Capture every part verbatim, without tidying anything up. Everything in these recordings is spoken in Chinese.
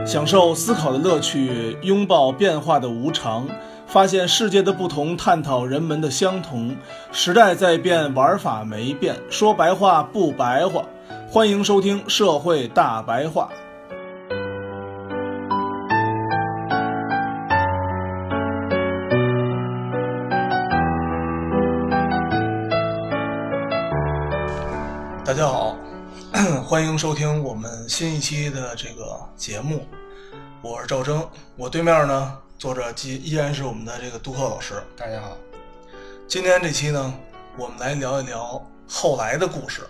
享受思考的乐趣，拥抱变化的无常，发现世界的不同，探讨人们的相同。时代在变，玩法没变，说白话不白话。欢迎收听社会大白话。大家好，欢迎收听我们新一期的这个节目，我是赵征，我对面呢坐着依然是我们的这个杜克老师。 大家好， 今天这期呢，我们来聊一聊后来的故事。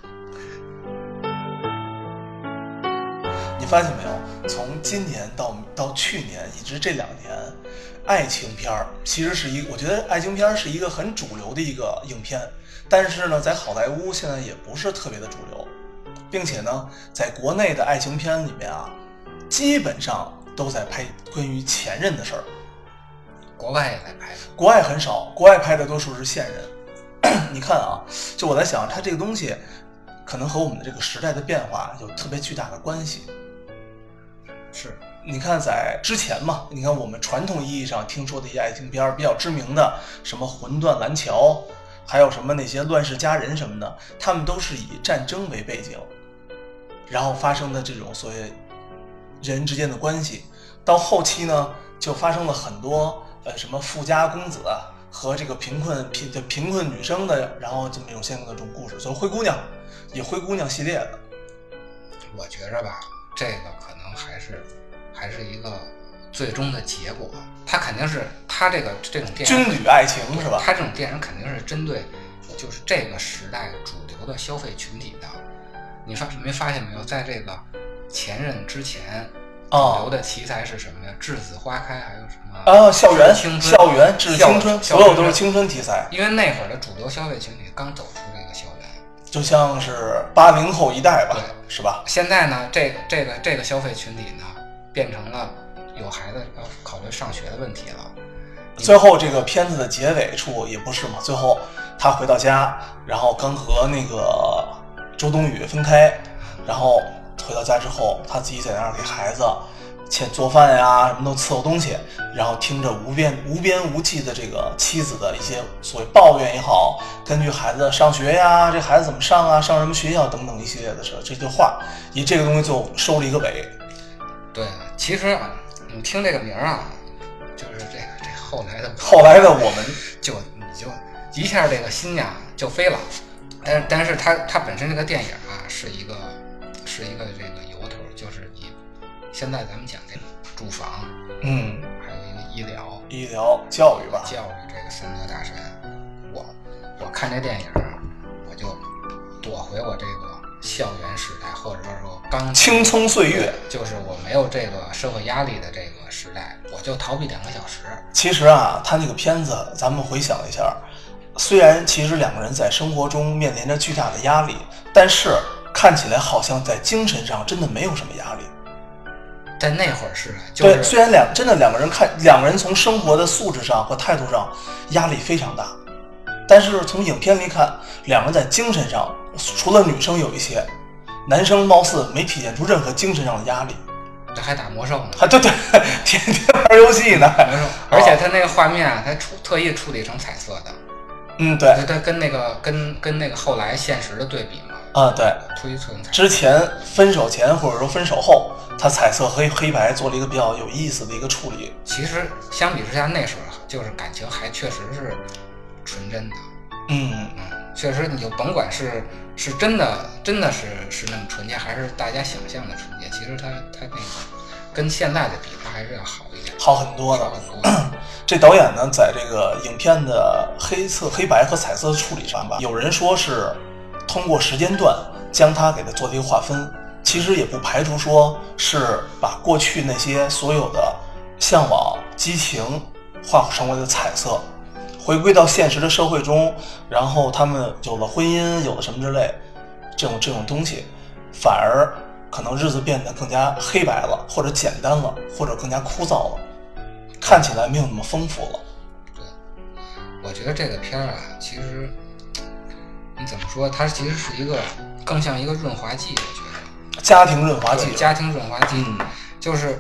你发现没有，从今年到到去年，一直这两年，爱情片其实是一个，我觉得爱情片是一个很主流的一个影片。但是呢，在好莱坞现在也不是特别的主流，并且呢，在国内的爱情片里面啊，基本上都在拍关于前任的事儿。 国外也在拍， 国外很少，国外拍的多数是现任。你看啊，就我在想，它这个东西可能和我们的这个时代的变化有特别巨大的关系。 是， 你看在之前嘛，你看我们传统意义上听说的一些爱情片比较知名的，什么《魂断蓝桥》。还有什么那些乱世佳人什么的，他们都是以战争为背景，然后发生的这种所谓人之间的关系。到后期呢，就发生了很多呃什么富家公子和这个贫困贫贫困女生的，然后这么一种现在的这种故事，所以灰姑娘，以灰姑娘系列的。 我觉着吧，这个可能还是还是一个最终的结果，他肯定是他这个这种电影军旅爱情是吧？ 他这种电影肯定是针对就是这个时代主流的消费群体的。你发没发现没有，在这个前任之前，主流的题材是什么呀？栀子花开，还有什么啊？校园青春， 校园致青春，所有都是青春题材。 因为那会儿的主流消费群体刚走出这个校园， 就像是八零后一代吧， 对， 是吧？ 现在呢，这个这个这个消费群体呢，变成了有孩子要考虑上学的问题了。 最后这个片子的结尾处也不是嘛，最后他回到家，然后刚和那个周冬雨分开，然后回到家之后，他自己在那儿给孩子欠做饭呀，什么都伺候东西，然后听着无边无边无际的这个妻子的一些所谓抱怨也好，根据孩子上学呀，这孩子怎么上啊，上什么学校等等一系列的事，这句话以这个东西就收了一个尾。 对，其实啊，你听这个名啊，就是这个这后来的后来的我们就你就一下这个心呀就飞了。但但是它它本身这个电影啊是一个是一个这个由头，就是以现在咱们讲这个住房， 嗯， 还有一个医疗医疗教育吧， 教育这个三座大山。我我看这电影，我就躲回我这个校园时代，或者说刚青葱岁月， 就是我没有这个社会压力的这个时代，我就逃避两个小时。 其实啊，他那个片子咱们回想一下，虽然其实两个人在生活中面临着巨大的压力，但是看起来好像在精神上真的没有什么压力。 在那会儿是、就是、 对，虽然两真的两个人看两个人从生活的素质上和态度上压力非常大，但是从影片里看，两个人在精神上，除了女生有一些，男生貌似没体现出任何精神上的压力。 这还打魔兽呢？ 啊，对对，天天玩游戏呢。 魔兽，而且他那个画面啊，他处特意处理成彩色的。 嗯，对， 他跟那个跟跟那个后来现实的对比嘛。 啊，对， 处理成彩色。 之前分手前或者说分手后，他彩色黑黑白做了一个比较有意思的一个处理。 其实相比之下，那时候就是感情还确实是纯真的。 嗯嗯，确实你就甭管是是真的真的是是那么纯洁，还是大家想象的纯洁，其实他他那个跟现在的比，他还是要好一点， 好很多的。 很多这导演呢，在这个影片的黑色、黑白和彩色的处理上吧，有人说是通过时间段将它给它做了一个划分，其实也不排除说是把过去那些所有的向往、激情化成为了彩色，回归到现实的社会中，然后他们有了婚姻，有了什么之类，这种这种东西，反而可能日子变得更加黑白了，或者简单了，或者更加枯燥了，看起来没有那么丰富了。 对，我觉得这个片儿啊，其实你怎么说，它其实是一个更像一个润滑剂，我觉得家庭润滑剂， 家庭润滑剂， 嗯， 就是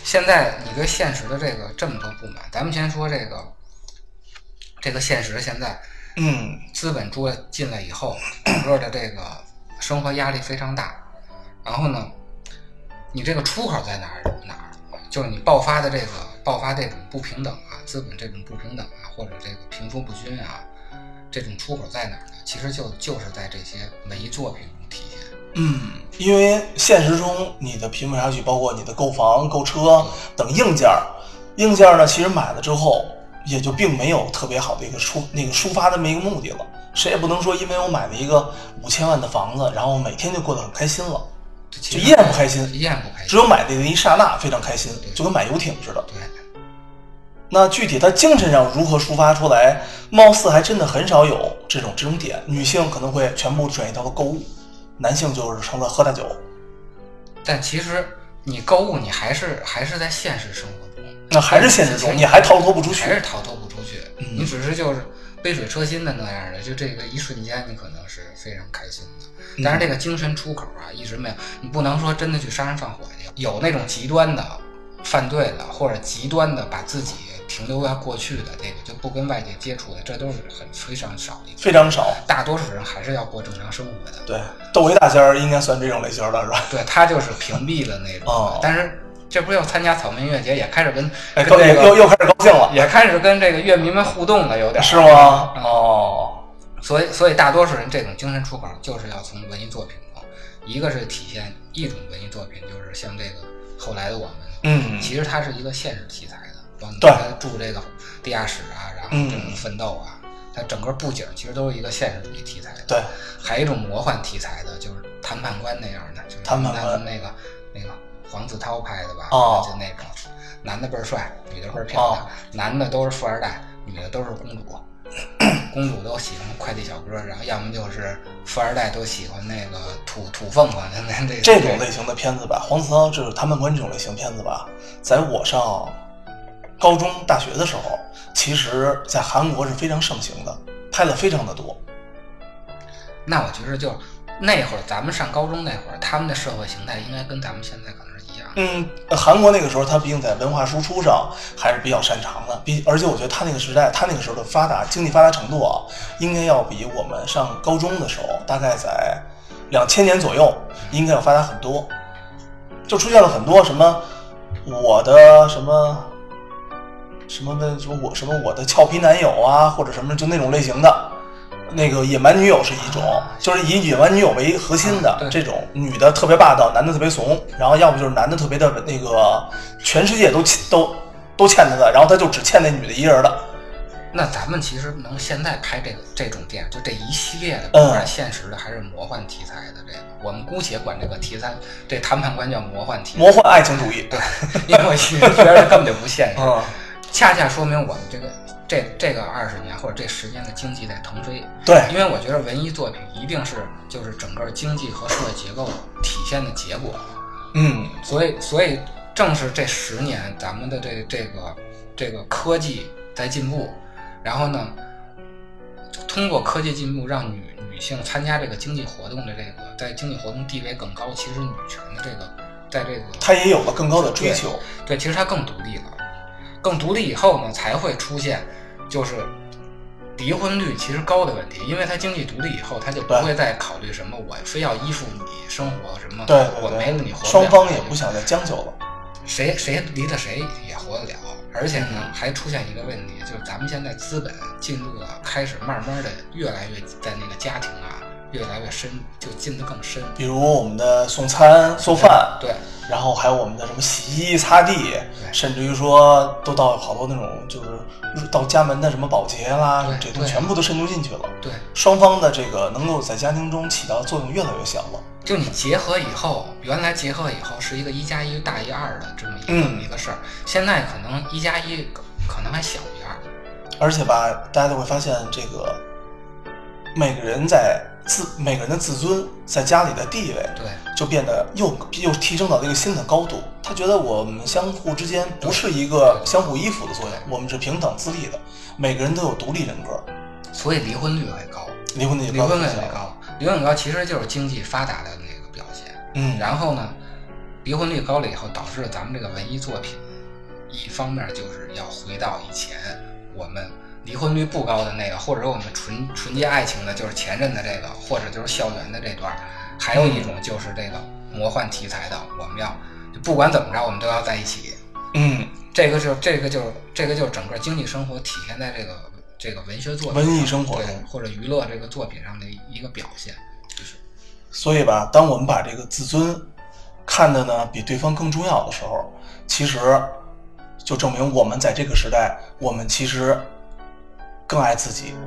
现在你对现实的这个这么多不满，咱们先说这个这个现实现在， 嗯， 资本主进来以后，整个的这个生活压力非常大，然后呢，你这个出口在哪儿哪儿？就是你爆发的这个爆发这种不平等啊，资本这种不平等啊，或者这个贫富不均啊，这种出口在哪儿呢？其实就就是在这些文艺作品中体现。 嗯，因为现实中你的贫富差距，包括你的购房、购车等硬件，硬件呢，其实买了之后也就并没有特别好的一个出那个抒发这么一个目的了。谁也不能说因为我买了一个五千万的房子，然后每天就过得很开心了。就依然不开心， 依然不开心， 只有买的一刹那非常开心，就跟买游艇似的。 对。 那具体他精神上如何抒发出来，貌似还真的很少有这种这种点。女性可能会全部转移到了购物，男性就是成了喝大酒。 但其实你购物，你还是还是在现实生活中， 那还是现实中，你还逃脱不出去， 还是逃脱不出去。 嗯、 你只是就是杯水车薪的那样的，就这个一瞬间，你可能是非常开心的。但是这个精神出口啊，一直没有。你不能说真的去杀人放火去，有那种极端的犯罪的，或者极端的把自己停留在过去的这个，就不跟外界接触的，这都是很非常少的， 非常少。 大多数人还是要过正常生活的。 对，窦唯大仙儿应该算这种类型的，是吧？ 对，他就是屏蔽了那种。 哦、 但是这不是又参加草莓音乐节，也开始跟哎， 跟这个又又开始高兴了， 也开始跟这个乐迷们互动了，有点是吗？嗯、哦。 所以，所以大多数人这种精神出口就是要从文艺作品中，一个是体现一种文艺作品，就是像这个后来的我们， 嗯， 其实它是一个现实题材的，帮对， 住这个地下室啊，然后这种奋斗啊，嗯、它整个布景其实都是一个现实主义题材的。 对， 还有一种魔幻题材的，就是谈判官那样的，就是谈判官那个那个黄子韬拍的吧， 哦， 就那种男的倍儿帅，女的倍儿漂亮， 哦、 男的都是富二代，女的都是公主。公主都喜欢快递小哥，然后要么就是富二代都喜欢那个土土凤凰的那这这种类型的片子吧，黄子韬就是谈判官这种类型片子吧，在我上高中、大学的时候，其实在韩国是非常盛行的，拍了非常的多。 那我觉得就那会儿咱们上高中那会儿，他们的社会形态应该跟咱们现在可能是一样。 嗯，韩国那个时候他毕竟在文化输出上还是比较擅长的，比而且我觉得他那个时代，他那个时候的发达经济发达程度啊，应该要比我们上高中的时候，大概在两千年左右，应该要发达很多。就出现了很多什么我的什么什么的什么我什么我的俏皮男友啊，或者什么就那种类型的。那个野蛮女友是一种，就是以野蛮女友为核心的、啊、这种，女的特别霸道，男的特别怂，然后要不就是男的特别的那个全世界都都都欠他的，然后他就只欠那女的一人的。 那咱们其实能现在拍这个这种电影，就这一系列的，不管现实的还是魔幻题材的这个，嗯、我们姑且管这个题材，这谈判官叫魔幻题材， 魔幻爱情主义。 对，因为我一直觉得根本就不现实， 嗯、 恰恰说明我们这个。这这个二十年或者这十年的经济在腾飞， 对， 因为我觉得文艺作品一定是就是整个经济和社会结构体现的结果， 嗯， 所以所以正是这十年咱们的这这个这个科技在进步，然后呢，通过科技进步让女女性参加这个经济活动的这个在经济活动地位更高，其实女权的这个在这个她也有了更高的追求， 对，对，其实她更独立了。更独立以后呢，才会出现就是离婚率其实高的问题，因为他经济独立以后，他就不会再考虑什么我非要依附你生活什么， 对，对对， 我没了你活不了， 双方也不想再将就了， 谁谁离了谁也活得了，而且呢，嗯、还出现一个问题，就是咱们现在资本进入了，开始慢慢的越来越在那个家庭啊越来越深，就进得更深， 比如我们的送餐送饭， 对。 然后还有我们的什么洗衣擦地，甚至于说都到好多那种就是到家门的什么保洁啦，这都全部都渗入进去了。 对， 双方的这个能够在家庭中起到作用越来越小了。 就你结合以后，原来结合以后是一个一加一大于二的这么一个、 嗯、 一个事儿，现在可能一加一可能还小于二。 而且吧，大家都会发现这个每个人在。自每个人的自尊在家里的地位， 对， 就变得又又提升到了一个新的高度。他觉得我们相互之间不是一个相互依附的作用，我们是平等自立的，每个人都有独立人格， 所以离婚率会高， 离婚率离婚率会高，离婚率高其实就是经济发达的那个表现。 嗯， 然后呢， 离婚率高了以后，导致咱们这个文艺作品，一方面就是要回到以前我们离婚率不高的那个，或者说我们纯纯洁爱情的，就是前任的这个，或者就是校园的这段，还有一种就是这个魔幻题材的，我们要就不管怎么着，我们都要在一起。 嗯， 这个就这个就这个就是整个经济生活体现在这个这个文学作品、 文艺生活中或者娱乐这个作品上的一个表现，就是。 所以吧，当我们把这个自尊看的呢比对方更重要的时候，其实就证明我们在这个时代，我们其实更爱自己。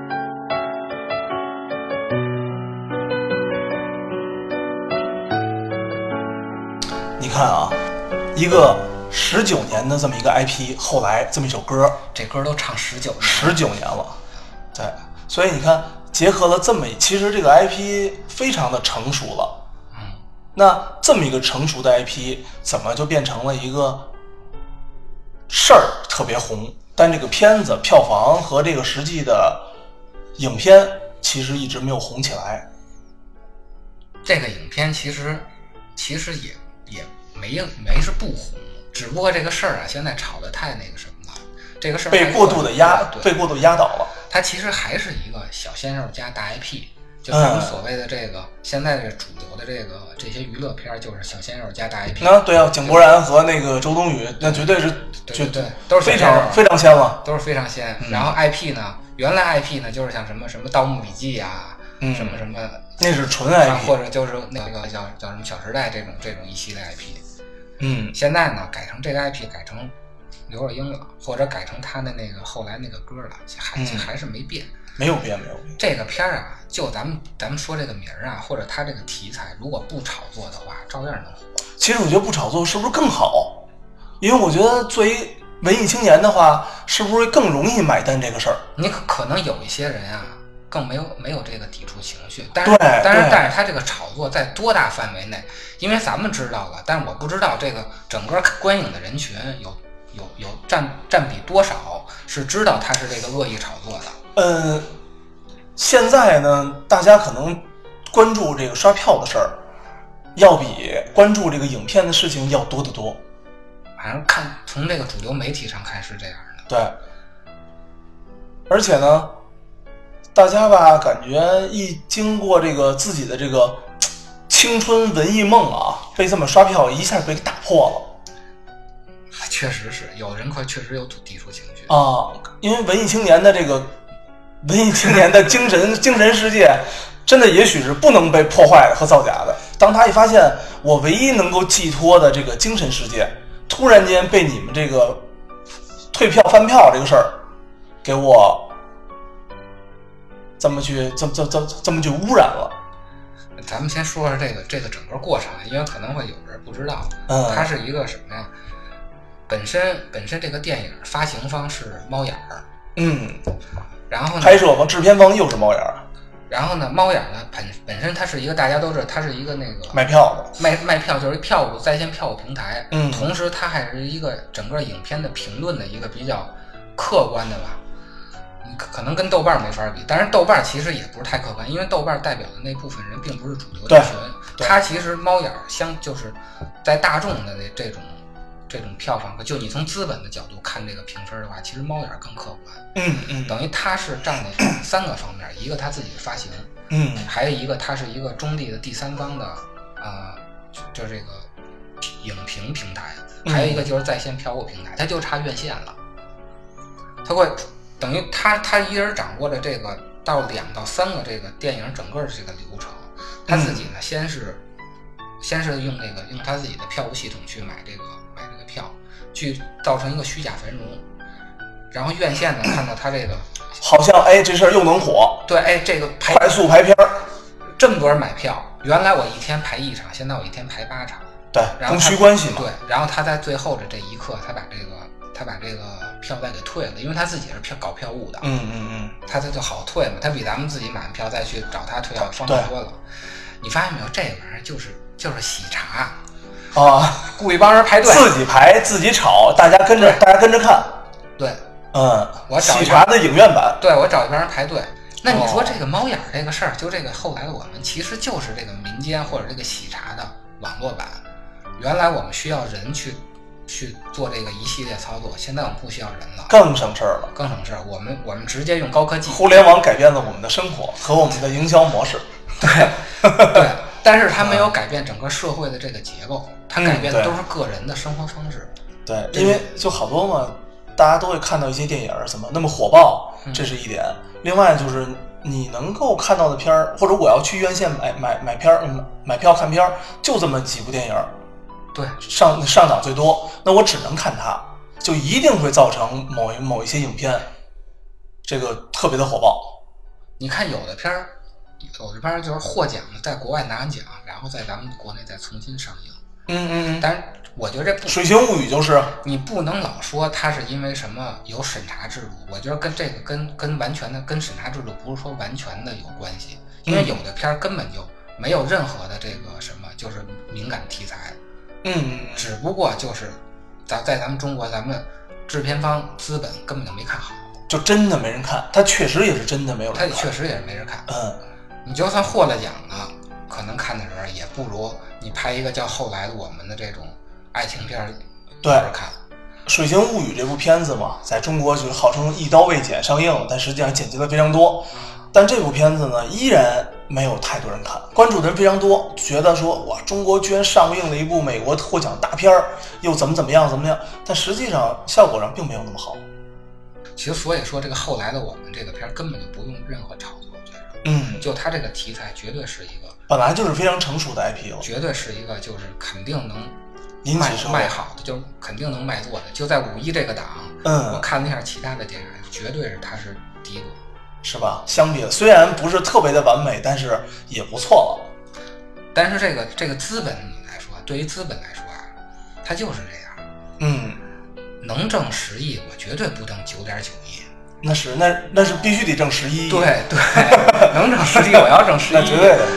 你看啊，一个十九年的这么一个 I P， 后来这么一首歌， 这歌都唱十九年， 十九年了，对，所以你看，结合了这么，其实这个 I P 非常的成熟了。 嗯， 那这么一个成熟的 I P， 怎么就变成了一个事儿特别红，但这个片子票房和这个实际的影片其实一直没有红起来？ 这个影片其实其实也也没没是不红，只不过这个事儿啊，现在炒得太那个什么了，这个事儿被过度的压，被过度压倒了。 它其实还是一个小鲜肉加大 I P， 就咱们所谓的这个、嗯、现在这主流的这个这些娱乐片，就是小鲜肉加大 I P。 那对啊，井柏然和那个周冬雨，那绝对是对对对，都是非常非常鲜了， 都是非常鲜。嗯、然后 I P 呢，原来 I P 呢就是像什么什么《盗墓笔记》啊，嗯、什么什么， 那是纯 I P，、啊、 或者就是那个叫叫什么《小时代》这种这种一系列 I P。 嗯， 现在呢改成这个 I P 改成刘若英了，或者改成他的那个后来那个歌了，还、嗯、还是没变。 没有变，没有变。 这个片儿啊，就咱们咱们说这个名儿啊，或者它这个题材，如果不炒作的话，照样能火。 其实我觉得不炒作是不是更好？因为我觉得作为文艺青年的话，是不是更容易买单这个事儿？ 你可可能有一些人啊，更没有没有这个抵触情绪，但是但是但是他这个炒作在多大范围内？因为咱们知道了，但是我不知道这个整个观影的人群有有有占占比多少是知道他是这个恶意炒作的。 呃，现在呢，大家可能关注这个刷票的事儿，要比关注这个影片的事情要多得多。 反正看从这个主流媒体上看是这样的。 对，而且呢，大家吧，感觉一经过这个自己的这个青春文艺梦啊，被这么刷票一下被打破了。 确实是，有人可确实有抵触情绪啊，因为文艺青年的这个文艺青年的精神精神世界，真的也许是不能被破坏和造假的。当他一发现我唯一能够寄托的这个精神世界，突然间被你们这个退票翻票这个事儿给我这么去这么这这这么去污染了。 咱们先说说这个这个整个过程，因为可能会有人不知道， 嗯， 它是一个什么呀？本身本身这个电影发行方是猫眼儿， 嗯， 然后呢， 拍摄方制片方又是猫眼儿， 然后呢，猫眼呢本本身它是一个大家都知道，它是一个那个卖票的， 卖卖票就是一票务在线票务平台， 嗯， 同时它还是一个整个影片的评论的一个比较客观的吧，可能跟豆瓣没法比，但是豆瓣其实也不是太客观，因为豆瓣代表的那部分人并不是主流人群，它其实猫眼相就是在大众的这种。这种票房，就你从资本的角度看这个评分的话，其实猫眼更客观。 嗯嗯， 等于它是占了三个方面，一个它自己的发行， 嗯， 还有一个它是一个中立的第三方的，呃，就是这个影评平台，还有一个就是在线票务平台，它就差院线了。它会等于它它一人掌握了这个到两到三个这个电影整个的这个流程，他自己呢先是先是用这个用他自己的票务系统去买这个。票去造成一个虚假繁荣，然后院线呢看到他这个好像哎这事儿又能火， 对，哎这个排快速排片儿， 这么多人买票，原来我一天排一场，现在我一天排八场， 对，供需关系嘛， 对，然后他在最后的这一刻，他把这个他把这个票再给退了，因为他自己是票搞票务的， 嗯嗯嗯， 他这就好退嘛，他比咱们自己买票再去找他退要方便多了。你发现没有，这玩意儿就是就是喜茶。 啊， 雇一帮人排队， 自己排自己炒，大家跟着大家跟着看。 对， 嗯， 我找喜茶的影院版。 对，我找一帮人排队。那你说这个猫眼这个事儿，就这个后来的我们其实就是这个民间或者这个喜茶的网络版， 原来我们需要人去去做这个一系列操作，现在我们不需要人了， 更省事儿了， 更省事儿。我们我们直接用高科技， 互联网改变了我们的生活和我们的营销模式。 对对，但是它没有改变整个社会的这个结构，它改变的都是个人的生活方式。 嗯、对, 对，因为就好多嘛，大家都会看到一些电影怎么那么火爆，这是一点。嗯、另外就是你能够看到的片儿，或者我要去院线买买买片儿、买票看片儿，就这么几部电影。 对， 上上档最多，那我只能看它，就一定会造成某一某一些影片，这个特别的火爆。 你看有的片儿，有的片儿就是获奖的，在国外拿完奖，然后在咱们国内再重新上映。 嗯嗯嗯。 但是我觉得这不《 水形物语》就是你不能老说它是因为什么有审查制度，我觉得跟这个跟跟完全的跟审查制度不是说完全的有关系，因为有的片儿根本就没有任何的这个什么就是敏感题材。 嗯， 只不过就是咱在咱们中国，咱们制片方资本根本就没看好， 就真的没人看，他确实也是真的没有人看， 他确实也是没人看。 嗯， 你就算获了奖了，可能看的时候也不如你拍一个叫《后来的我们》的这种爱情片对看。 《水形物语》这部片子嘛，在中国就是号称一刀未剪上映了，但实际上剪辑了非常多。但这部片子呢，依然没有太多人看，关注的人非常多，觉得说哇，中国居然上映了一部美国获奖大片，又怎么怎么样怎么样，但实际上效果上并没有那么好。 其实所以说，这个后来的我们这个片根本就不用任何炒作，我觉得， 嗯， 就它这个题材绝对是一个本来就是非常成熟的 I P 了， 绝对是一个就是肯定能引卖起卖好的，就是肯定能卖座的。就在五一这个档， 嗯， 我看了一下其他的电影，绝对是它是第一个。 是吧？相比虽然不是特别的完美，但是也不错了。 但是这个这个资本来说，对于资本来说啊，它就是这样。 嗯， 能挣十亿，我绝对不挣九点九亿。 那是那那是必须得挣十一亿。 对对，能挣十亿，我要挣十亿。 那绝对的。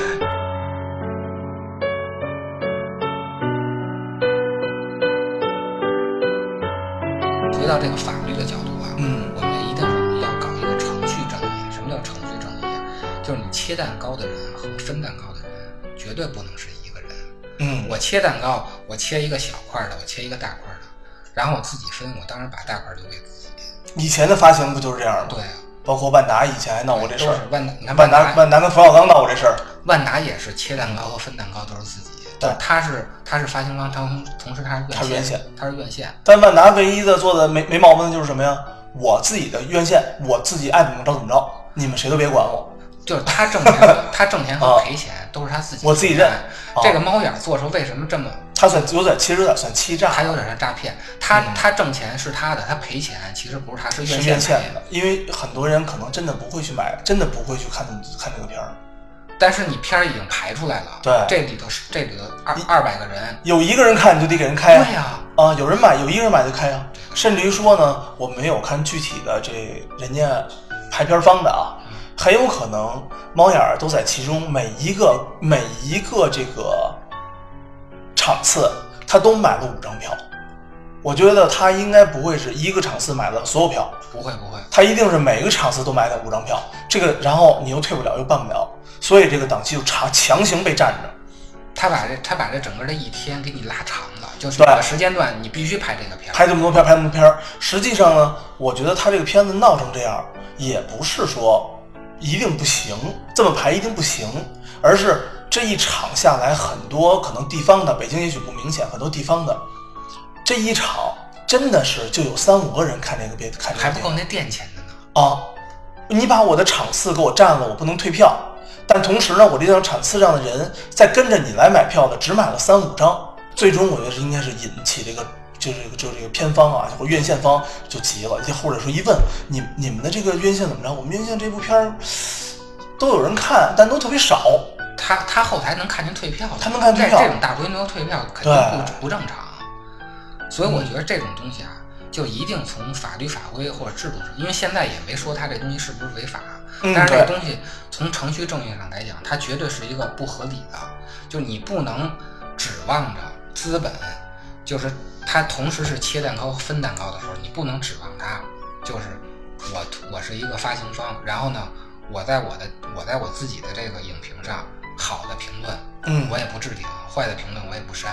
回到这个法律的角度啊， 嗯， 我们一定是要搞一个程序正义。什么叫程序正义？就是你切蛋糕的人和分蛋糕的人绝对不能是一个人。 嗯， 我切蛋糕，我切一个小块的，我切一个大块的，然后我自己分，我当然把大块留给自己。 以前的发行不就是这样吗？ 对啊， 包括万达以前还闹过这事儿。 万达，你看万达，万达跟冯小刚闹过这事儿。 万达也是切蛋糕和分蛋糕都是自己。 对， 他是他是发行方，他同时他是院线， 他是院线。 但万达唯一的做的没没毛病的就是什么呀？我自己的院线，我自己爱怎么着怎么着，你们谁都别管我。 就是他挣钱，他挣钱和赔钱都是他自己， 我自己认。 这个猫眼做出为什么这么？ 他算有点，其实有点算欺诈， 他有点像诈骗。他、 嗯、 他挣钱是他的，他赔钱其实不是他，是院线线的。因为很多人可能真的不会去买，真的不会去看看这个片儿。 但是你片儿已经排出来了， 对， 这里头是这里头二二百个人， 有一个人看你就得给人开啊， 对呀、 啊，啊，有人买，有一个人买就开啊，甚至于说呢，我没有看具体的这人家排片方的啊，嗯、很有可能猫眼儿都在其中，每一个每一个这个场次他都买了五张票，我觉得他应该不会是一个场次买了所有票， 不会不会， 他一定是每个场次都买了五张票，这个然后你又退不了又办不了。所以这个档期就长强行被占着， 他把这他把这整个这一天给你拉长了，就是这个时间段你必须拍这个片， 拍这么多片，拍这么多片。实际上呢，我觉得他这个片子闹成这样，也不是说一定不行，这么排一定不行，而是这一场下来，很多可能地方的，北京也许不明显，很多地方的这一场真的是就有三五个人看这个片，看这个还不够那店钱的呢啊！你把我的场次给我占了，我不能退票。但同时呢，我这张场次上的人在跟着你来买票的，只买了三五张，最终我觉得是应该是引起这个就这个就这个片方啊或者院线方就急了，或者说一问你你们的这个院线怎么着？我们院线这部片儿都有人看，但都特别少。 他他后台能看见退票， 他能看退票， 这种大规模退票肯定不不正常。所以我觉得这种东西啊，就一定从法律法规或者制度上，因为现在也没说他这东西是不是违法。 嗯、 但是这个东西从程序正义上来讲，它绝对是一个不合理的，就你不能指望着资本，就是它同时是切蛋糕分蛋糕的时候，你不能指望它就是我我是一个发行方，然后呢，我在我的我在我自己的这个影评上好的评论， 嗯， 我也不置顶，坏的评论我也不删，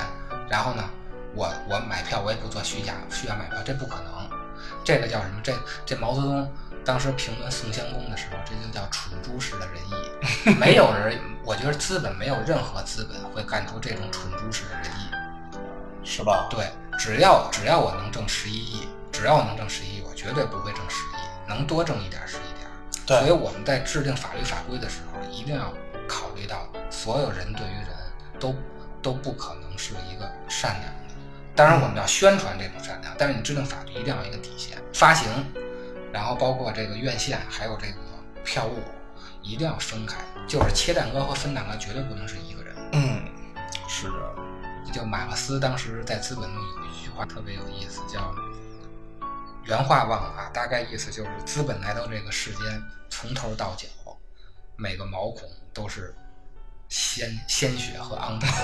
然后呢，我我买票我也不做虚假虚假买票，这不可能。这个叫什么？这这毛泽东当时评论宋襄公的时候，这就叫蠢猪式的仁义。没有人，我觉得资本没有任何资本会干出这种蠢猪式的仁义， 是吧？ 对，只要只要我能挣十一亿，只要我能挣十一亿，我绝对不会挣十亿，能多挣一点是一点。 对， 所以我们在制定法律法规的时候，一定要考虑到所有人对于人都都不可能是一个善良的。当然，我们要宣传这种善良，但是你制定法律一定要有一个底线。发行，然后包括这个院线，还有这个票务，一定要分开。就是切蛋糕和分蛋糕绝对不能是一个人。 嗯，是的。 就马克思当时在《资本》中有一句话特别有意思，叫原话忘了啊，大概意思就是资本来到这个世间，从头到脚，每个毛孔都是鲜鲜血和肮脏。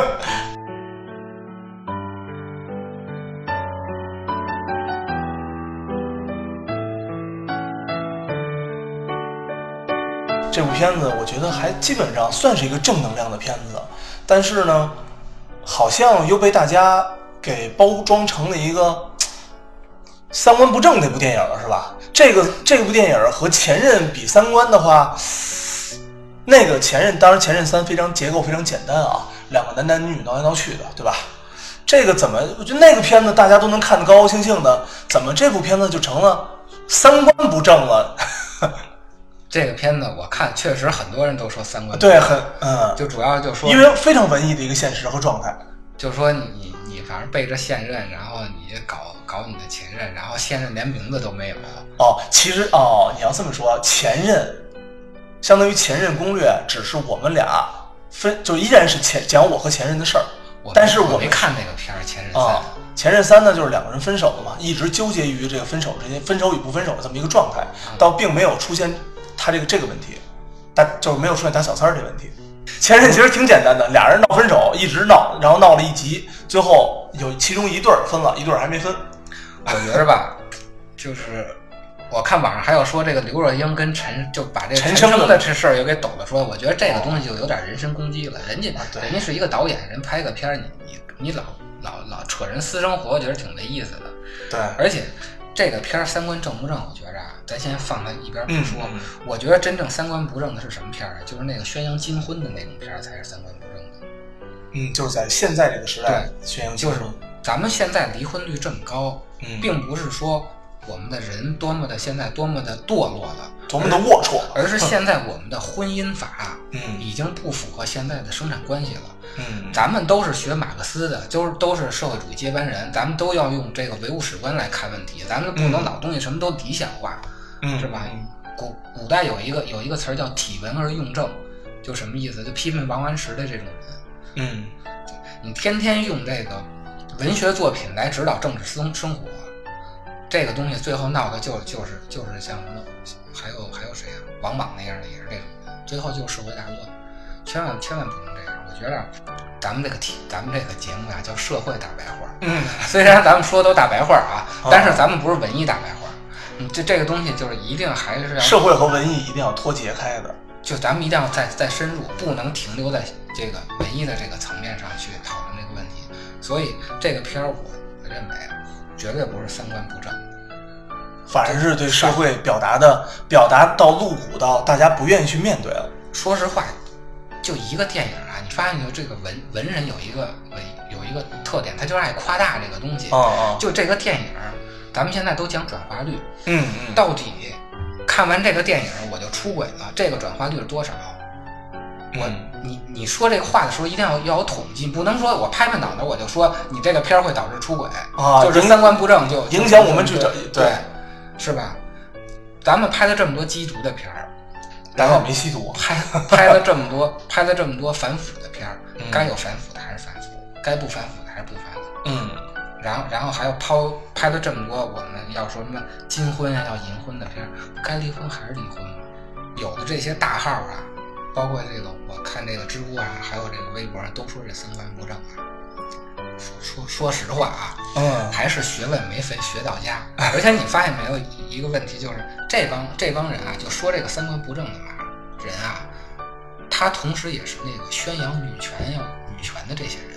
这部片子我觉得还基本上算是一个正能量的片子，但是呢，好像又被大家给包装成了一个三观不正那部电影了，是吧？这个这部电影和前任比三观的话，那个前任当然前任三非常结构非常简单啊，两个男男女女闹来闹去的，对吧？这个怎么我觉得那个片子大家都能看得高高兴兴的，怎么这部片子就成了三观不正了？ 这个片子我看确实很多人都说三观不正，对，很嗯， 就主要就说因为非常文艺的一个现实和状态， 就说你你你反正背着现任，然后你搞搞你的前任，然后现任连名字都没有。 哦，其实哦，你要这么说，前任相当于前任攻略，只是我们俩分，就依然是前讲我和前任的事儿，但是我我没看那个片儿《前任三》 啊。前任三呢，就是两个人分手了嘛，一直纠结于这个分手之间，分手与不分手的这么一个状态，倒并没有出现他这个这个问题，但就是没有出现打小三儿这个问题。前任其实挺简单的，俩人闹分手，一直闹，然后闹了一集，最后有其中一对儿分了，一对儿还没分。 我觉得吧，就是我看网上还有说这个刘若英跟陈就把这个陈升的这事儿又给抖了，说我觉得这个东西就有点人身攻击了。人家、啊、人家是一个导演人，拍个片儿，你你你老老老扯人私生活，我觉得挺没意思的。 对， 而且这个片儿三观正不正，我觉着啊，咱先放在一边不说。 嗯嗯、 我觉得真正三观不正的是什么片儿？就是那个宣扬金婚的那种片儿才是三观不正的。 嗯，就是在现在这个时代宣扬金婚， 就是咱们现在离婚率这么高， 嗯、 并不是说我们的人多么的现在多么的堕落了， 多么的龌龊， 而是现在我们的婚姻法嗯已经不符合现在的生产关系了。 嗯， 咱们都是学马克思的，就是都是社会主义接班人，咱们都要用这个唯物史观来看问题，咱们不能老东西什么都理想化， 嗯， 是吧？古古代有一个有一个词儿叫体文而用政，就什么意思？就批评王安石的这种人， 嗯， 你天天用这个文学作品来指导政治生生活，这个东西最后闹的就就是就是像什么，还有还有谁啊？王莽那样的也是这种人，最后就是社会大乱，千万千万不能这样。我觉得咱们这个题，咱们这个节目啊叫社会大白话， 嗯， 虽然咱们说都大白话啊，但是咱们不是文艺大白话，嗯，这这个东西就是一定还是要社会和文艺一定要脱节开的， 就咱们一定要再再深入，不能停留在这个文艺的这个层面上去讨论这个问题。所以这个片儿，我认为绝对不是三观不正， 反而是对社会表达的表达到露骨到大家不愿意去面对了。 说实话，就一个电影啊，你发现就这个文文人有一个有一个特点，他就是爱夸大这个东西。 哦哦， 就这个电影，咱们现在都讲转化率， 嗯嗯， 到底看完这个电影我就出轨了，这个转化率是多少？我、嗯、你你说这个话的时候一定要要有统计，不能说我拍拍脑袋我就说你这个片会导致出轨啊， 就是三观不正就影响我们去对, 对，是吧？咱们拍了这么多缉毒的片儿， 然后没吸毒， 拍拍了这么多拍了这么多反腐的片儿， 嗯、 该有反腐的还是反腐，该不反腐的还是不反腐。 嗯， 然后然后还有抛拍了这么多我们要说什么金婚啊要银婚的片儿，该离婚还是离婚吗？有的这些大号啊。包括这个，我看这个知乎啊，还有这个微博上都说这三观不正啊。说说说实话啊， 嗯， 还是学问没学学到家。而且你发现没有一个问题，就是这帮这帮人啊，就说这个三观不正的嘛人啊，他同时也是那个宣扬女权要女权的这些人。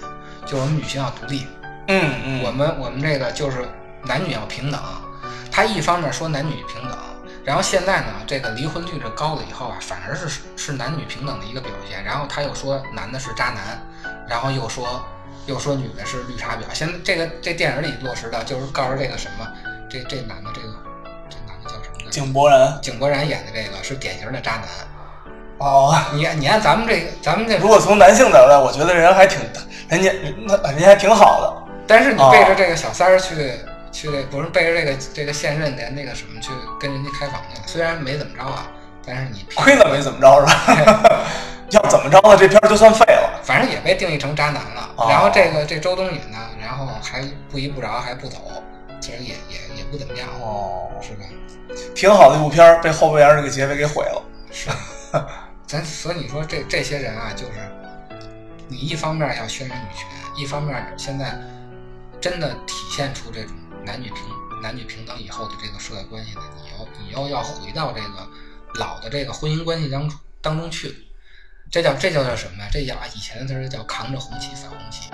就是我们女性要独立， 嗯嗯， 我们我们这个就是男女要平等。他一方面说男女平等，然后现在呢，这个离婚率这高了以后啊，反而是是男女平等的一个表现。然后他又说男的是渣男，然后又说又说女的是绿茶婊。现在这个这电影里落实的就是告诉这个什么，这这男的这个这男的叫什么？ 井柏然， 井柏然演的这个是典型的渣男。 哦， 你你看咱们这个咱们这， 如果从男性角度，我觉得人还挺人家那人家还挺好的。 但是你背着这个小三儿去、哦、去不是背着这个这个现任连那个什么去跟人家开房去了，虽然没怎么着啊，但是你亏了没怎么着是吧？要怎么着了，这片就算废了。 反正也被定义成渣男了。哦、然后这个这周冬雨呢，然后还不依不饶，还不走，其实也也也不怎么样哦，是吧？ 挺好的一部片被后边这个结尾给毁了。 是。咱所以你说这这些人啊，就是你一方面要宣传女权，一方面现在真的体现出这种男女平男女平等以后的这个社会关系的，你要你又要回到这个老的这个婚姻关系当中当中去，这叫这叫叫什么呀？这叫以前的词叫扛着红旗反红旗。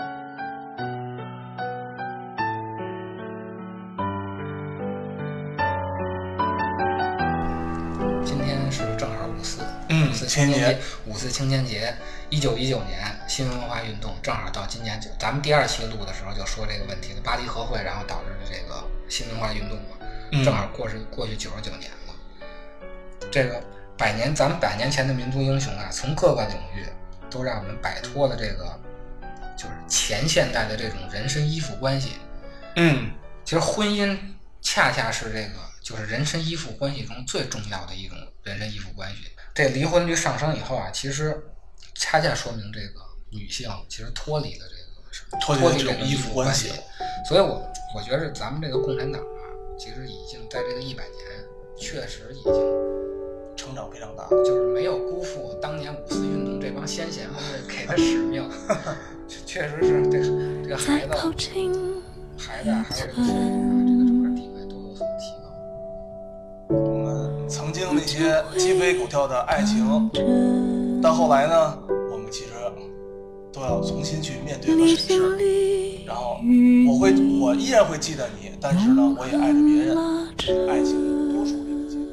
今天是正好五四。 嗯， 五四青年节，五四青年节，一九一九年新文化运动正好到今年，咱们第二期录的时候就说这个问题了，巴黎和会，然后导致的这个新文化运动嘛，正好过去过去九十九年了。这个百年，咱们百年前的民族英雄啊，从各个领域都让我们摆脱了这个就是前现代的这种人身依附关系。 嗯， 其实婚姻恰恰是这个就是人身依附关系中最重要的一种人身依附关系。这离婚率上升以后啊，其实恰恰说明这个女性其实脱离了这个什么，脱离这个依附关系。所以我我觉得咱们这个共产党啊，其实已经在这个一百年确实已经成长非常大， 就是没有辜负当年五四运动这帮先贤们给的使命。确实是这个这个孩子孩子还有这个父母啊，这个整个地位都有所提高。 我们曾经那些鸡飞狗跳的爱情，到后来呢，我们其实都要重新去面对和审视。然后我会，我依然会记得你，但是呢，我也爱着别人。爱情多数这个结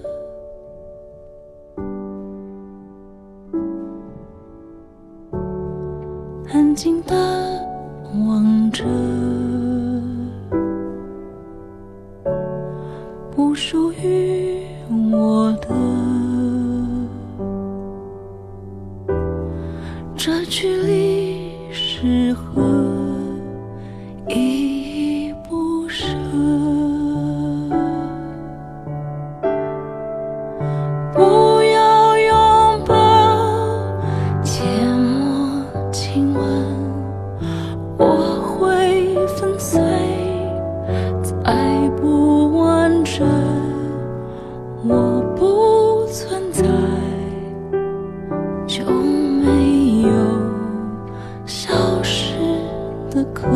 果。安静地望着不属于我的这距离，是何依依不舍。不要拥抱缄默亲吻，我会粉碎，再不完整。我不存在，就没有消失的可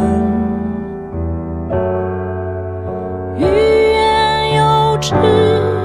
能。欲言又止，